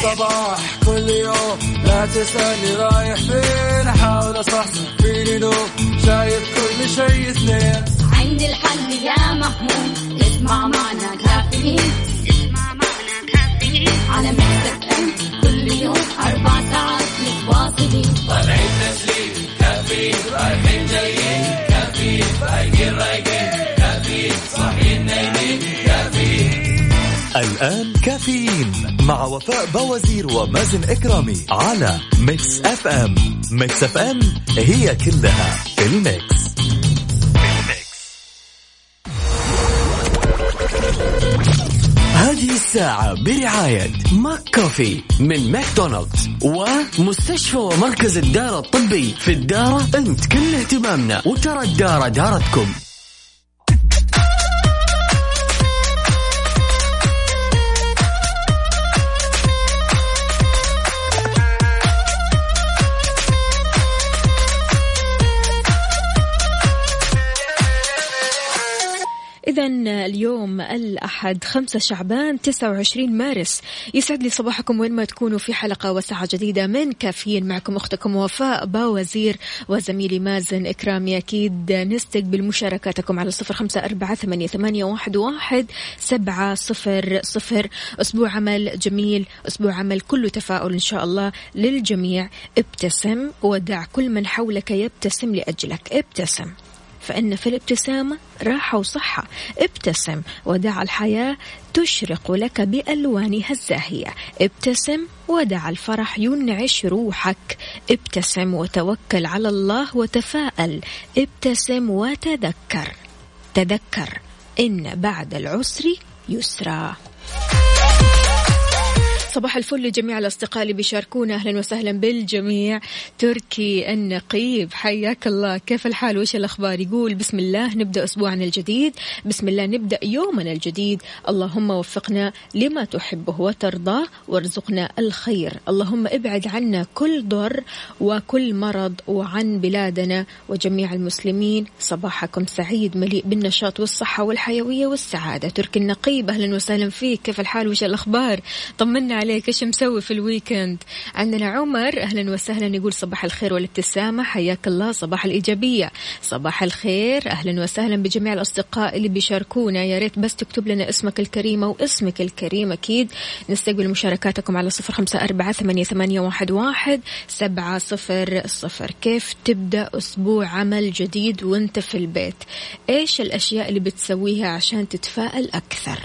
الصباح كل يوم لا تسألني رايح فين أحاول أصحصح فيني لو شايف كل شيء اثنين عندي الحل يا محمود اسمع معنا كافيين على مكتب كل يوم 4 ساعات متواصلين طالعين تسليم كافيين رايحين جايين كافيين فايقين رايقين كافيين صاحيين نايمين كافيين. الآن كافيين مع وفاء بوازير ومازن إكرامي على ميكس اف ام. ميكس اف ام هي كلها في الميكس. هذه الساعة برعاية ماك كوفي من ماكدونالدز ومستشفى ومركز الدارة الطبي. في الدارة أنت كل اهتمامنا، وترى الدارة دارتكم. إذن اليوم الأحد 5 شعبان 29 مارس. يسعد لي صباحكم وين ما تكونوا في حلقة وساعة جديدة من كافيين. معكم أختكم وفاء باوزير وزميلي مازن إكرامي. أكيد نستقبل مشاركاتكم على 0548811700. أسبوع عمل جميل، أسبوع عمل كله تفاؤل إن شاء الله للجميع. ابتسم ودع كل من حولك يبتسم لأجلك. ابتسم فإن في الابتسامة راحة وصحة. ابتسم ودع الحياة تشرق لك بألوانها الزاهية. ابتسم ودع الفرح ينعش روحك. ابتسم وتوكل على الله وتفاءل. ابتسم وتذكر، تذكر إن بعد العسر يسرا. صباح الفل لجميع الأصدقاء اللي بيشاركونا. أهلا وسهلا بالجميع. تركي النقيب حياك الله، كيف الحال وإيش الأخبار؟ يقول بسم الله نبدأ أسبوعنا الجديد، بسم الله نبدأ يومنا الجديد، اللهم وفقنا لما تحبه وترضاه وارزقنا الخير، اللهم ابعد عنا كل ضر وكل مرض وعن بلادنا وجميع المسلمين. صباحكم سعيد مليء بالنشاط والصحة والحيوية والسعادة. تركي النقيب أهلا وسهلا فيك، كيف الحال وإيش الأخبار؟ طمنا عليك، ايش مسوي في الويكند؟ عندنا عمر اهلا وسهلا يقول صباح الخير والابتسامه، حياك الله، صباح الايجابيه، صباح الخير، اهلا وسهلا بجميع الاصدقاء اللي بيشاركونا. يا ريت بس تكتب لنا اسمك الكريم واسمك الكريم. اكيد نستقبل مشاركاتكم على 0548811700. كيف تبدا اسبوع عمل جديد وانت في البيت؟ ايش الاشياء اللي بتسويها عشان تتفائل اكثر؟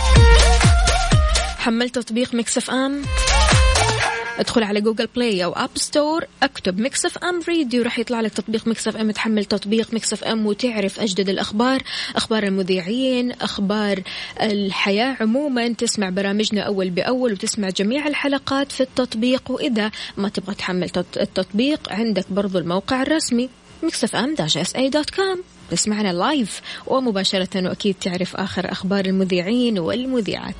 حملت تطبيق ميكس اف ام، ادخل على جوجل بلاي او اب ستور، اكتب ميكس اف ام راديو، راح يطلع لك تطبيق ميكس اف ام. تحمل تطبيق ميكس اف ام وتعرف اجدد الاخبار، اخبار المذيعين، اخبار الحياه عموما، تسمع برامجنا اول باول وتسمع جميع الحلقات في التطبيق. واذا ما تبغى تحمل التطبيق عندك برضو الموقع الرسمي mixfm-sa.com، تسمعنا لايف ومباشرة، وأكيد تعرف آخر أخبار المذيعين والمذيعات.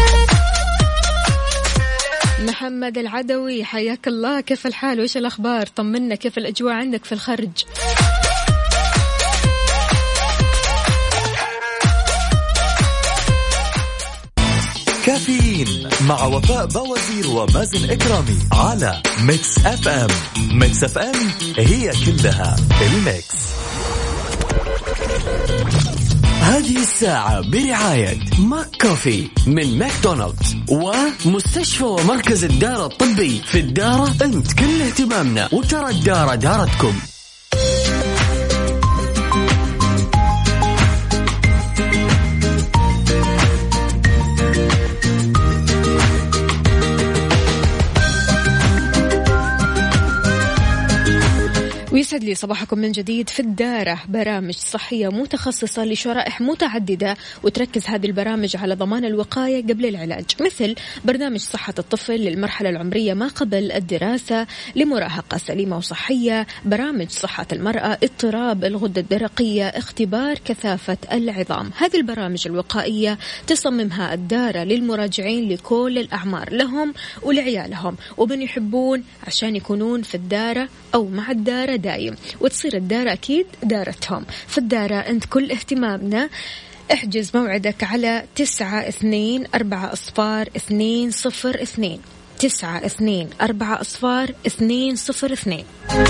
محمد العدوي حياك الله، كيف الحال وإيش الأخبار؟ طمنا، كيف الأجواء عندك في الخرج؟ كافيين مع وفاء بوازير ومازن إكرامي على ميكس اف ام. ميكس اف ام هي كلها الميكس. هذه الساعة برعاية ماك كوفي من ماكدونالدز ومستشفى ومركز الدارة الطبي. في الدارة أنت كل اهتمامنا، وترى الدارة دارتكم. ويسعد لي صباحكم من جديد. في الدارة برامج صحية متخصصة لشرائح متعددة، وتركز هذه البرامج على ضمان الوقاية قبل العلاج، مثل برنامج صحة الطفل للمرحلة العمرية ما قبل الدراسة لمراهقة سليمة وصحية، برامج صحة المرأة، اضطراب الغدة الدرقية، اختبار كثافة العظام. هذه البرامج الوقائية تصممها الدارة للمراجعين لكل الأعمار، لهم ولعيالهم ومن يحبون، عشان يكونون في الدارة أو مع الدارة دايم، وتصير الدارة أكيد دارتهم. في الدارة أنت كل اهتمامنا. احجز موعدك على 92400202 924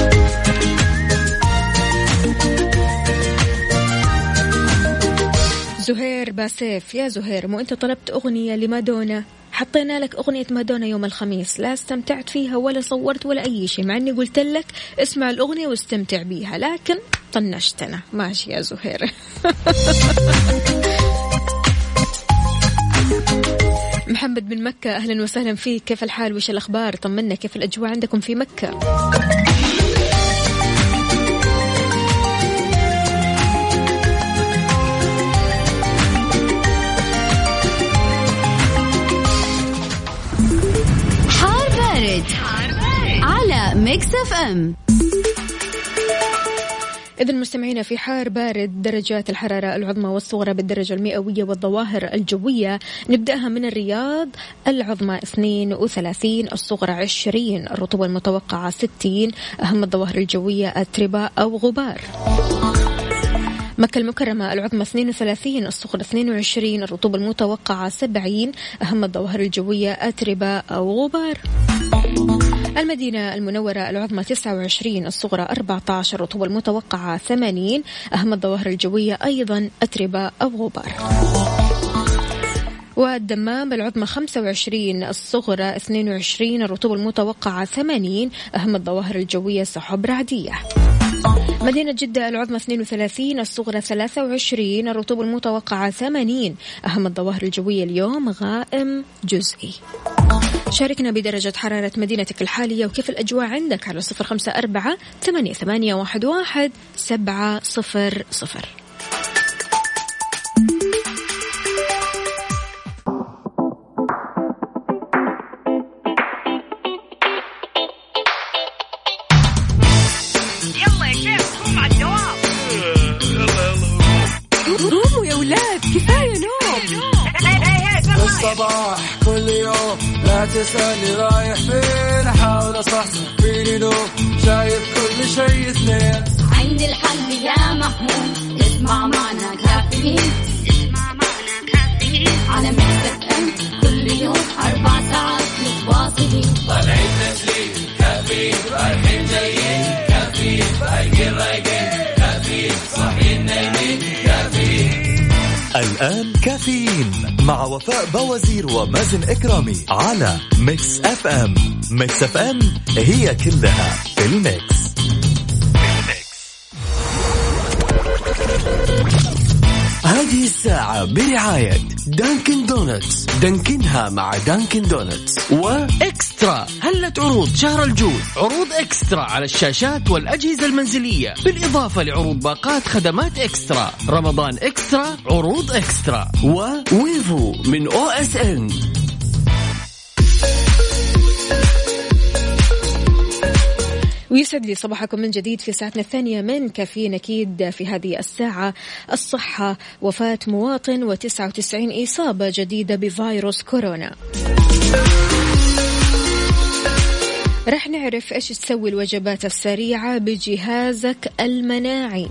زهير باسيف. يا زهير، مو أنت طلبت أغنية لمادونا؟ حطينا لك أغنية مادونا يوم الخميس، لا استمتعت فيها ولا صورت ولا أي شيء، مع أني قلت لك اسمع الأغنية واستمتع بيها، لكن طنشتنا. ماشي يا زهير. محمد من مكة، أهلا وسهلا فيك، كيف الحال وش الأخبار؟ طمنا، كيف الأجواء عندكم في مكة؟ حار بارد على ميكس اف ام. إذن مستمعينا، في حار بارد درجات الحرارة العظمى والصغرى بالدرجة المئوية والظواهر الجوية. نبدأها من الرياض، العظمى 32، الصغرى 20، الرطوبة المتوقعة 60، أهم الظواهر الجوية أتربة أو غبار. مكة المكرمة العظمى 32، الصغرى 22، الرطوبة المتوقعة 70، أهم الظواهر الجوية أتربة أو غبار. المدينة المنورة العظمى 29، الصغرى 14، الرطوبة المتوقعة 80، أهم الظواهر الجوية أيضا أتربة أو غبار. والدمام العظمى 25، الصغرى 22، الرطوبة المتوقعة 80، أهم الظواهر الجوية سحب رعدية. مدينة جدة العظمى 32، الصغرى 23، الرطوبة المتوقعة 80، أهم الظواهر الجوية اليوم غائم جزئي. شاركنا بدرجة حرارة مدينتك الحالية وكيف الأجواء عندك على 0548811700. قوموا يا ولاد، كفاية نوم. الصباح كل يوم لا تسألني رايح فين، أحاول أصحصح فيني نوم، شايف كل شيء اثنين. عندي الحل يا محمود، اسمع معنا كافيين، على ميكس اف ام كل يوم 4 ساعات متواصلين. طالعين تسليم كافيين، رايحين جايين كافيين، رايقين كافيين، صاحيين نايمين كافيين. الآن كافيين مع وفاء بوازير ومازن إكرامي على ميكس اف ام. ميكس اف ام هي كلها في الميكس. هذه الساعة برعاية دانكن دونتس، دانكنها مع دانكن دونتس. وإكسترا، هلت عروض شهر الجود، عروض إكسترا على الشاشات والأجهزة المنزلية، بالإضافة لعروض باقات خدمات إكسترا. رمضان إكسترا، عروض إكسترا. وويفو من OSN. ويسعد لي صباحكم من جديد في ساعتنا الثانية من كافيين. أكيد في هذه الساعة الصحة، وفاة مواطن و99 إصابة جديدة بفيروس كورونا. رح نعرف إيش تسوي الوجبات السريعة بجهازك المناعي،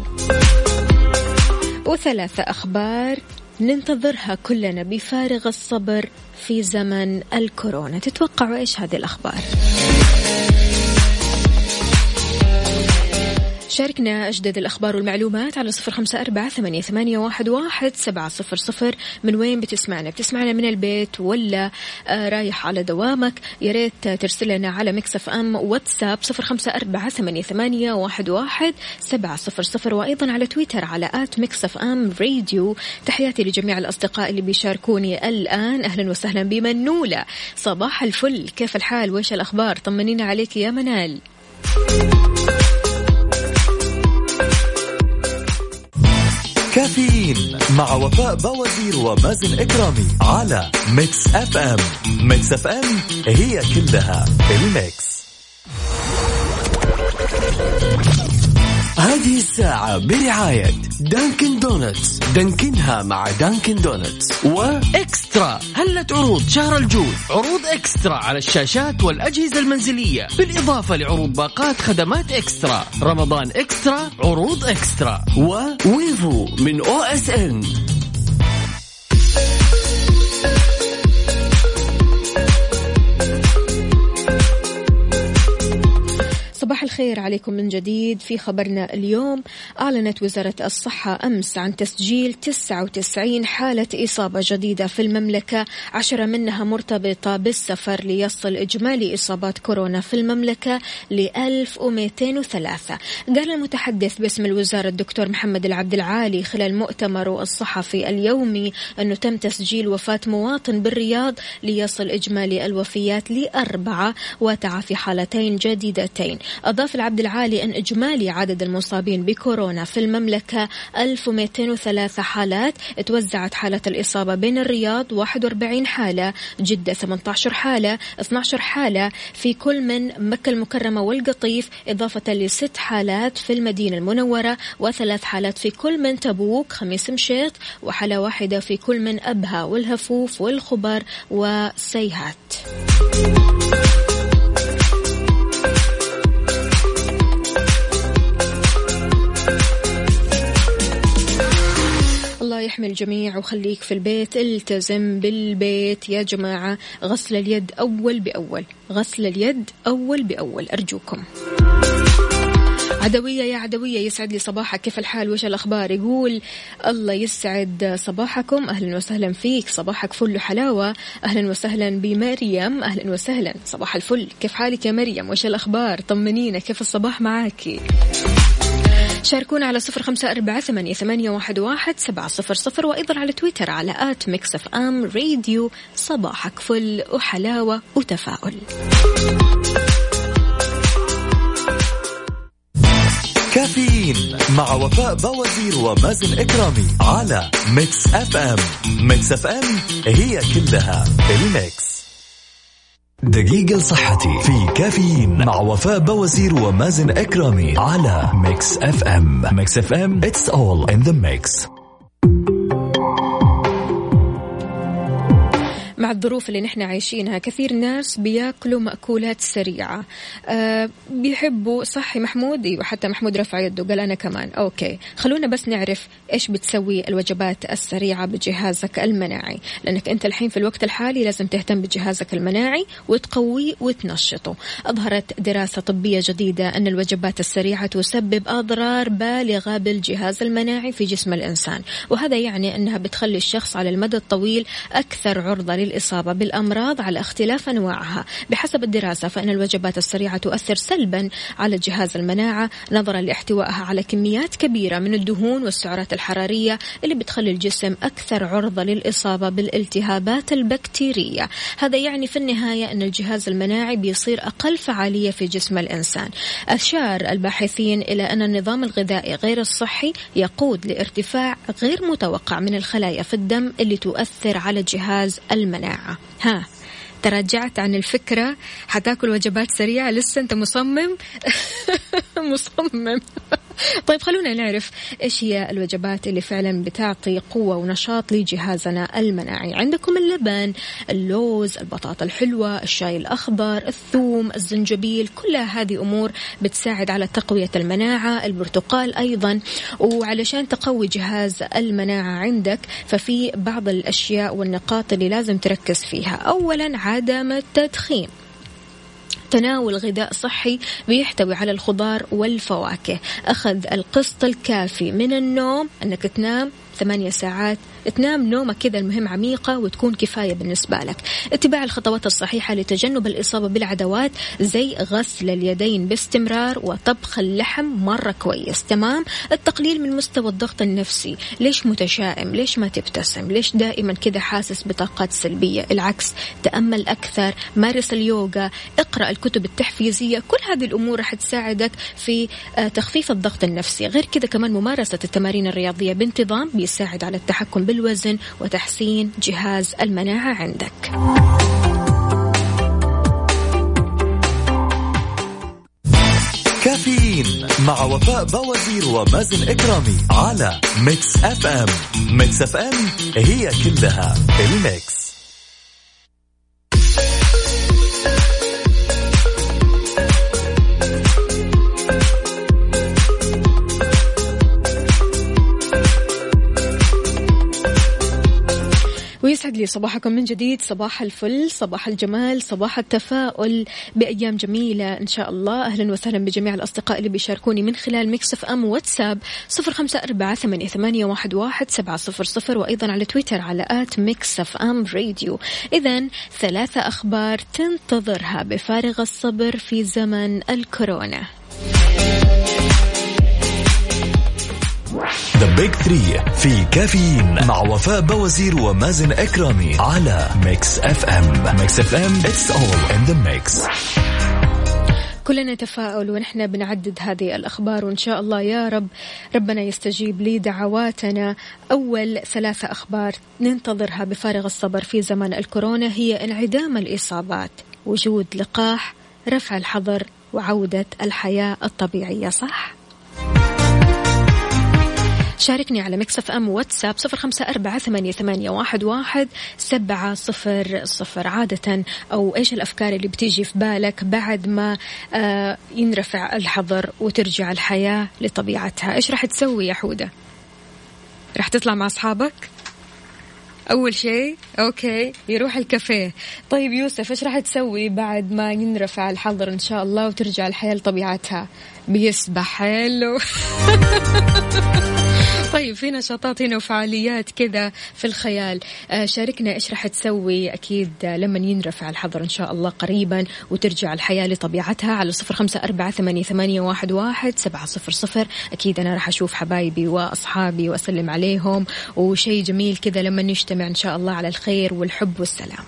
و3 أخبار ننتظرها كلنا بفارغ الصبر في زمن الكورونا. تتوقعوا إيش هذه الأخبار؟ شاركنا أجدد الأخبار والمعلومات على 0548811700. من وين بتسمعنا؟ بتسمعنا من البيت ولا رايح على دوامك؟ يا ريت ترسل لنا على ميكس اف ام واتساب 0548811700، وأيضا على تويتر على @mixfmradio. تحياتي لجميع الأصدقاء اللي بيشاركوني الآن. أهلا وسهلا بمنولة، صباح الفل، كيف الحال وإيش الأخبار؟ طمنينا عليك يا منال. كافيين مع وفاء بوازير ومازن إكرامي على ميكس اف ام. ميكس اف ام هي كلها في الميكس. هذه الساعة برعاية دانكن دونتس، دانكنها مع دانكن دونتس. وإكسترا، هلت عروض شهر الجود، عروض إكسترا على الشاشات والأجهزة المنزلية، بالإضافة لعروض باقات خدمات إكسترا. رمضان إكسترا، عروض إكسترا. وويفو من OSN. الخير عليكم من جديد. في خبرنا اليوم، أعلنت وزارة الصحة أمس عن تسجيل 99 حالة إصابة جديدة في المملكة، 10 منها مرتبطة بالسفر، ليصل إجمالي إصابات كورونا في المملكة ل 1203. قال المتحدث باسم الوزارة الدكتور محمد العبد العالي خلال مؤتمره الصحفي اليومي أنه تم تسجيل وفاة مواطن بالرياض، ليصل إجمالي الوفيات ل4 وتعافي حالتين جديدتين. أضاف العبد العالي أن إجمالي عدد المصابين بكورونا في المملكة 1203 حالات، توزعت حالة الإصابة بين الرياض 41 حالة، جدة 18 حالة، 12 حالة في كل من مكة المكرمة والقطيف، إضافة ل6 حالات في المدينة المنورة، و3 حالات في كل من تبوك خميس مشيط، وحالة واحدة في كل من أبها والهفوف والخبر وسيهات. الله يحمي الجميع وخليك في البيت، التزم بالبيت يا جماعة. غسل اليد أول بأول، غسل اليد أول بأول أرجوكم. عدوية يا عدوية، يسعد لي صباحك، كيف الحال وش الأخبار؟ يقول الله يسعد صباحكم، أهلا وسهلا فيك، صباحك فل وحلاوة. أهلا وسهلا بمريم، أهلا وسهلا، صباح الفل، كيف حالك يا مريم؟ وش الأخبار؟ طمنينا كيف الصباح معاكي. شاركونا على 0548811700 وأيضا على تويتر على @mixfmradio. صباحك فل وحلاوة وتفاؤل. كافيين مع وفاء بوازير ومازن إكرامي على ميكس اف ام. ميكس اف ام هي كلها الميكس. دقيقة لصحتي في كافيين مع وفاء بوازير ومازن إكرامي على ميكس اف ام. ميكس اف ام it's all in the mix. مع الظروف اللي نحن عايشينها كثير ناس بياكلوا مأكولات سريعة، بيحبوا صحي. محمود وحتى محمود رفع يده قال أنا كمان. أوكي، خلونا بس نعرف إيش بتسوي الوجبات السريعة بجهازك المناعي، لأنك أنت الحين في الوقت الحالي لازم تهتم بجهازك المناعي وتقويه وتنشطه. أظهرت دراسة طبية جديدة أن الوجبات السريعة تسبب أضرار بالغة بالجهاز المناعي في جسم الإنسان، وهذا يعني أنها بتخلي الشخص على المدى الطويل أكثر عرضة للإصابة بالأمراض على اختلاف أنواعها. بحسب الدراسة فإن الوجبات السريعة تؤثر سلبا على جهاز المناعة نظرا لاحتوائها على كميات كبيرة من الدهون والسعرات الحرارية اللي بتخلي الجسم أكثر عرضة للإصابة بالالتهابات البكتيرية. هذا يعني في النهاية أن الجهاز المناعي بيصير أقل فعالية في جسم الإنسان. أشار الباحثين إلى أن النظام الغذائي غير الصحي يقود لارتفاع غير متوقع من الخلايا في الدم اللي تؤثر على جهاز المناعة. تراجعت عن الفكرة حتاكل وجبات سريعة؟ لسه أنت مصمم؟ مصمم. طيب خلونا نعرف إيش هي الوجبات اللي فعلا بتعطي قوة ونشاط لجهازنا المناعي. عندكم اللبن، اللوز، البطاطا الحلوة، الشاي الأخضر، الثوم، الزنجبيل، كلها هذه أمور بتساعد على تقوية المناعة. البرتقال أيضا. وعلشان تقوي جهاز المناعة عندك ففي بعض الأشياء والنقاط اللي لازم تركز فيها. أولا عدم التدخين، تناول غذاء صحي بيحتوي على الخضار والفواكه، أخذ القسط الكافي من النوم، أنك تنام 8 ساعات، تنام نومة كذا المهم عميقة وتكون كفاية بالنسبة لك. اتباع الخطوات الصحيحة لتجنب الإصابة بالعدوات زي غسل اليدين باستمرار وطبخ اللحم مرة كويس. تمام. التقليل من مستوى الضغط النفسي. ليش متشائم؟ ليش ما تبتسم؟ ليش دائما كذا حاسس بطاقات سلبية؟ العكس، تأمل أكثر، مارس اليوغا، اقرأ الكتب التحفيزية. كل هذه الأمور رح تساعدك في تخفيف الضغط النفسي. غير كذا كمان ممارسة التمارين الرياضية بانتظام بيساعد على التحكم بالوزن وتحسين جهاز المناعة عندك. كافيين مع وفاء بوازير ومازن إكرامي على ميكس اف ام. ميكس اف ام هي كلها الميكس. ويسعد لي صباحكم من جديد، صباح الفل، صباح الجمال، صباح التفاؤل بأيام جميلة إن شاء الله. أهلا وسهلا بجميع الأصدقاء اللي بيشاركوني من خلال ميكس اف ام واتساب 0548811700 وأيضا على تويتر على @ميكس اف ام راديو. إذن 3 أخبار تنتظرها بفارغ الصبر في زمن الكورونا. The Big 3 في كافيين مع وفاء بوزير ومازن إكرامي على ميكس اف ام. ميكس اف ام it's all in the mix. كلنا تفاؤل ونحن بنعدد هذه الأخبار، وإن شاء الله يا رب ربنا يستجيب لدعواتنا. أول 3 أخبار ننتظرها بفارغ الصبر في زمن الكورونا هي انعدام الإصابات، وجود لقاح، رفع الحظر، وعودة الحياة الطبيعية. صح؟ شاركني على ميكس اف ام واتساب 0548811700 عادة، أو إيش الأفكار اللي بتيجي في بالك بعد ما ينرفع الحظر وترجع الحياة لطبيعتها؟ إيش راح تسوي يا حودة؟ راح تطلع مع أصحابك أول شيء؟ أوكي، يروح الكافيه. طيب يوسف، إيش راح تسوي بعد ما ينرفع الحظر إن شاء الله وترجع الحياة لطبيعتها؟ بيسبح. حلو. طيب في نشاطات هنا وفعاليات كذا في الخيال. شاركنا إيش راح تسوي أكيد لما ينرفع الحظر إن شاء الله قريبا وترجع الحياة لطبيعتها على 0548811700. أكيد أنا راح أشوف حبايبي وأصحابي وأسلم عليهم، وشيء جميل كذا لما نجتمع إن شاء الله على الخير والحب والسلام.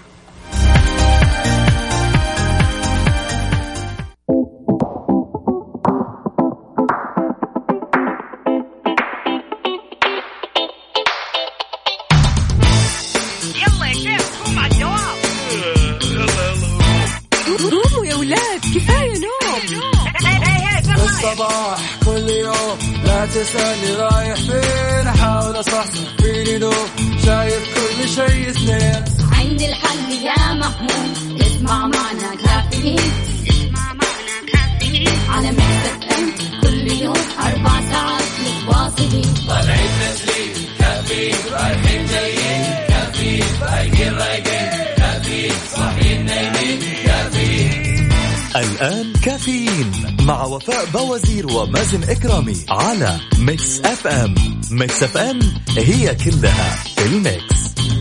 الصباح كل يوم لا تسألني رايح فين، أحاول أصحصح فيني نوم، شايف كل شيء اثنين. عندي الحل يا محمود، اسمع معنا كافيين، اسمع معنا كافيين على ميكس اف ام كل يوم 4 ساعات متواصلين. طالعين نازلين كافيين، رايحين جايين كافيين، رايقين رايقين كافيين، صاحيين نايمين كافيين. الآن كافيين مع وفاء بوزير ومازن إكرامي على ميكس اف ام. ميكس اف ام هي كلها في الميكس.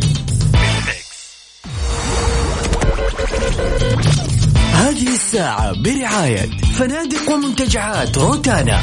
هذه الساعة برعاية فنادق ومنتجعات روتانا.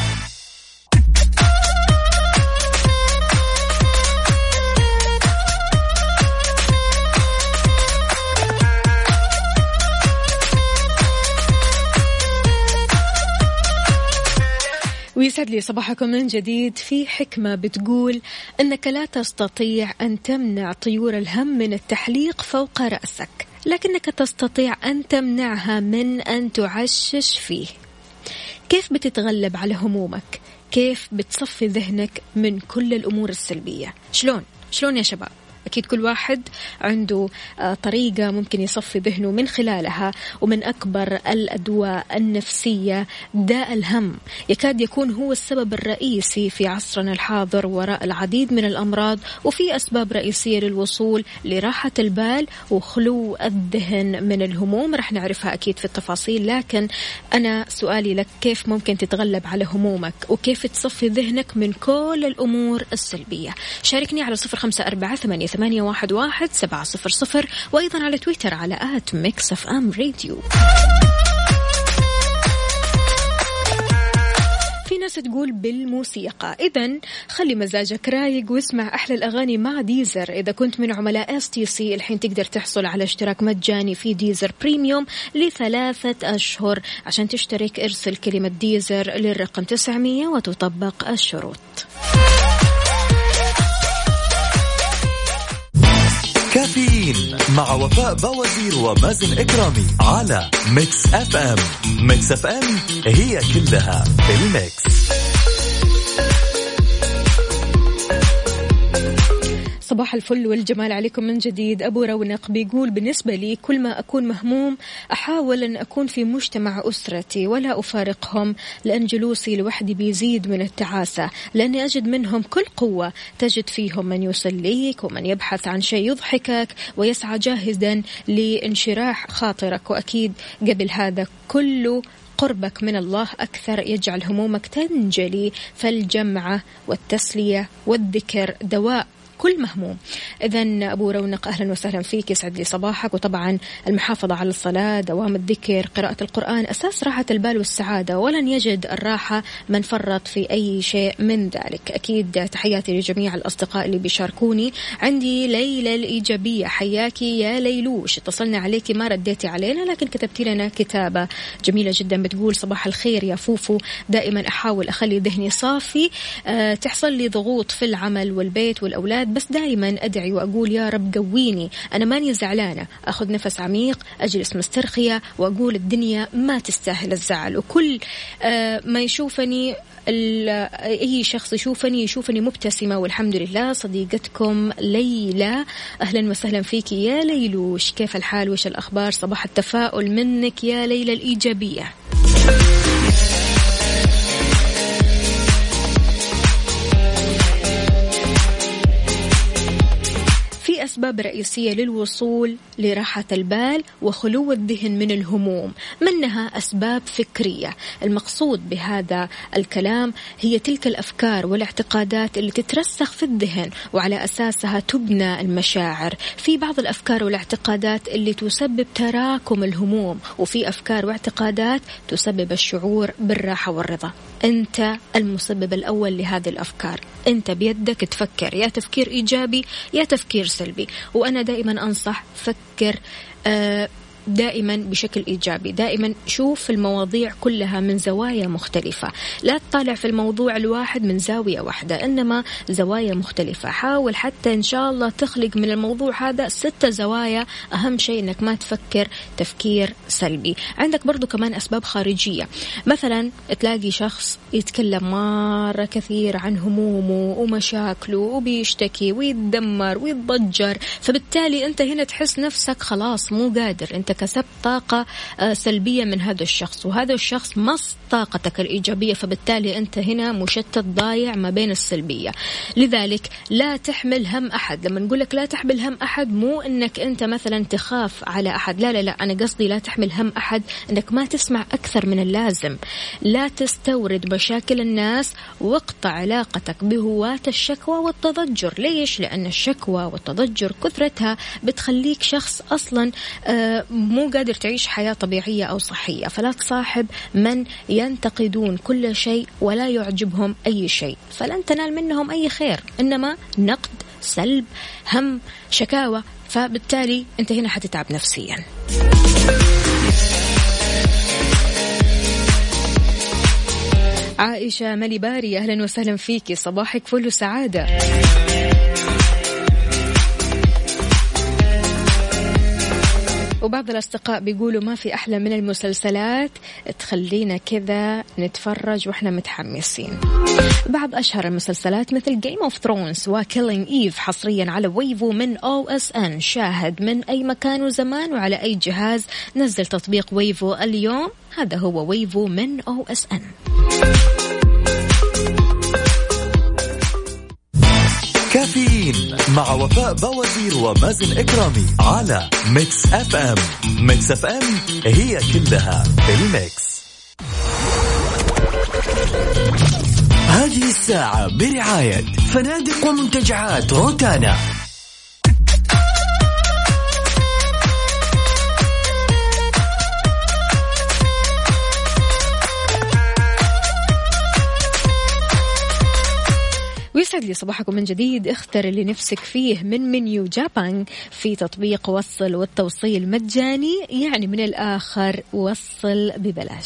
ويسعد لي صباحكم من جديد. في حكمة بتقول أنك لا تستطيع أن تمنع طيور الهم من التحليق فوق رأسك، لكنك تستطيع أن تمنعها من أن تعشش فيه. كيف بتتغلب على همومك؟ كيف بتصفي ذهنك من كل الأمور السلبية؟ شلون يا شباب؟ أكيد كل واحد عنده طريقة ممكن يصفي ذهنه من خلالها، ومن أكبر الأدواء النفسية داء الهم يكاد يكون هو السبب الرئيسي في عصرنا الحاضر وراء العديد من الأمراض، وفي أسباب رئيسية للوصول لراحة البال وخلو الذهن من الهموم. رح نعرفها أكيد في التفاصيل، لكن أنا سؤالي لك، كيف ممكن تتغلب على همومك وكيف تصفي ذهنك من كل الأمور السلبية؟ شاركني على 0548811700 وأيضا على تويتر على @ميكس اف ام راديو. في ناس تقول بالموسيقى، إذن خلي مزاجك رايق واسمع أحلى الأغاني مع ديزر. إذا كنت من عملاء STC الحين تقدر تحصل على اشتراك مجاني في ديزر بريميوم ل3 أشهر. عشان تشترك ارسل كلمة ديزر للرقم 900 وتطبق الشروط. كافيين مع وفاء بوزير ومازن إكرامي على ميكس اف ام. ميكس اف ام هي كلها في الميكس. صباح الفل والجمال عليكم من جديد. أبو رونق بيقول بالنسبة لي كل ما أكون مهموم أحاول أن أكون في مجتمع أسرتي ولا أفارقهم، لأن جلوسي لوحدي بيزيد من التعاسة، لأني أجد منهم كل قوة. تجد فيهم من يسليك ومن يبحث عن شيء يضحكك ويسعى جاهدا لانشراح خاطرك، وأكيد قبل هذا كله قربك من الله أكثر يجعل همومك تنجلي، فالجمعة والتسلية والذكر دواء كل مهموم. إذن أبو رونق أهلا وسهلا فيك، يسعد لي صباحك. وطبعا المحافظة على الصلاة، دوام الذكر، قراءة القرآن أساس راحة البال والسعادة، ولن يجد الراحة من فرط في أي شيء من ذلك. أكيد تحياتي لجميع الأصدقاء اللي بيشاركوني. عندي ليلى الإيجابية، حياكي يا ليلوش، اتصلنا عليكي ما رديتي علينا لكن كتبتي لنا كتابة جميلة جدا بتقول صباح الخير يا فوفو، دائما أحاول أخلي ذهني صافي، تحصل لي ضغوط في العمل والبيت والأولاد، بس دائما أدعي وأقول يا رب قويني، أنا ماني زعلانة، أخذ نفس عميق، أجلس مسترخية وأقول الدنيا ما تستاهل الزعل. وكل ما يشوفني أي شخص يشوفني مبتسمة والحمد لله. صديقتكم ليلى، أهلا وسهلا فيك يا ليلوش، كيف الحال وش الأخبار؟ صباح التفاؤل منك يا ليلى الإيجابية. أسباب رئيسية للوصول لراحة البال وخلو الذهن من الهموم، منها أسباب فكرية. المقصود بهذا الكلام هي تلك الأفكار والاعتقادات اللي تترسخ في الذهن وعلى أساسها تبنى المشاعر. في بعض الأفكار والاعتقادات اللي تسبب تراكم الهموم، وفي أفكار واعتقادات تسبب الشعور بالراحة والرضا. أنت المسبب الأول لهذه الأفكار، أنت بيدك تفكر يا تفكير إيجابي يا تفكير سلبي. وأنا دائما أنصح فكر دائما بشكل إيجابي، دائما شوف المواضيع كلها من زوايا مختلفة، لا تطالع في الموضوع الواحد من زاوية واحدة، إنما زوايا مختلفة. حاول حتى إن شاء الله تخلق من الموضوع هذا 6 زوايا. أهم شيء إنك ما تفكر تفكير سلبي. عندك برضو كمان أسباب خارجية، مثلا تلاقي شخص يتكلم مرة كثير عن همومه ومشاكله وبيشتكي ويتدمر ويتضجر، فبالتالي أنت هنا تحس نفسك خلاص مو قادر، أنت كسبت طاقة سلبية من هذا الشخص، وهذا الشخص مص طاقتك الإيجابية، فبالتالي أنت هنا مشتت ضايع ما بين السلبية. لذلك لا تحمل هم أحد. لما نقول لك لا تحمل هم أحد مو أنك أنت مثلا تخاف على أحد، لا لا لا، أنا قصدي لا تحمل هم أحد أنك ما تسمع أكثر من اللازم، لا تستورد مشاكل الناس، واقطع علاقتك بهواة الشكوى والتضجر. ليش؟ لأن الشكوى والتضجر كثرتها بتخليك شخص أصلا مو قادر تعيش حياة طبيعية أو صحية. فلا تصاحب من ينتقدون كل شيء ولا يعجبهم أي شيء، فلن تنال منهم أي خير، إنما نقد، سلب، هم، شكاوى، فبالتالي أنت هنا حتتعب نفسيا. عائشة ملي باري، أهلا وسهلا فيكي، صباحك فل وسعادة. وبعض الأصدقاء بيقولوا ما في أحلى من المسلسلات تخلينا كذا نتفرج وإحنا متحمسين. بعض أشهر المسلسلات مثل Game of Thrones و Killing Eve حصريا على ويفو من OSN. شاهد من أي مكان وزمان وعلى أي جهاز. نزل تطبيق ويفو اليوم. هذا هو ويفو من OSN. كافيين مع وفاء بوازير ومازن إكرامي على ميكس اف ام. ميكس اف ام هي كلها الميكس. هذه الساعة برعاية فنادق ومنتجعات روتانا. ويسعد لي صباحكم من جديد. اختر اللي نفسك فيه من منيو جابانج في تطبيق وصل، والتوصيل مجاني، يعني من الآخر وصل ببلاش.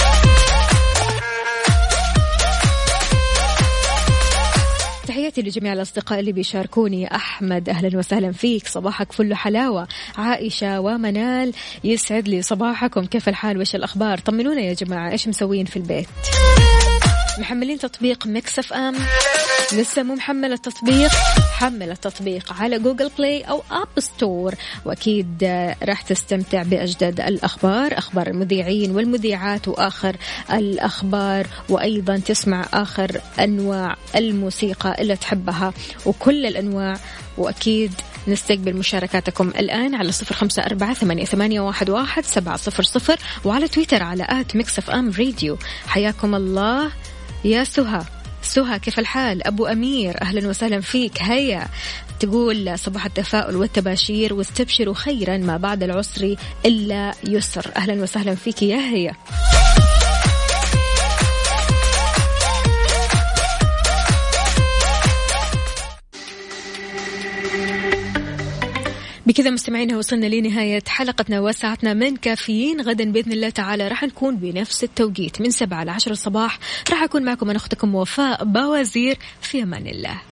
تحياتي لجميع الأصدقاء اللي بيشاركوني. أحمد أهلا وسهلا فيك، صباحك فل حلاوة. عائشة ومنال يسعد لي صباحكم، كيف الحال وش الأخبار؟ طمنونا يا جماعة، إيش مسوين في البيت؟ محملين تطبيق ميكس اف ام؟ لسه مو محمل التطبيق؟ حمل التطبيق على جوجل بلاي أو أب ستور، وأكيد راح تستمتع بأجدد الأخبار، أخبار المذيعين والمذيعات وآخر الأخبار، وأيضا تسمع آخر أنواع الموسيقى اللي تحبها وكل الأنواع. وأكيد نستقبل مشاركاتكم الآن على 0548811700 وعلى تويتر على @mixfmradio. حياكم الله يا سهى، كيف الحال؟ أبو أمير أهلا وسهلا فيك. هيا تقول صباح التفاؤل والتباشير واستبشروا خيرا ما بعد العسر إلا يسر. أهلا وسهلا فيك يا هيا. بكذا مستمعينا وصلنا لنهاية حلقتنا وساعتنا من كافيين. غدا بإذن الله تعالى راح نكون بنفس التوقيت من 7 ل 10 الصباح. راح أكون معكم أنا أختكم وفاء باوزير. في أمان الله.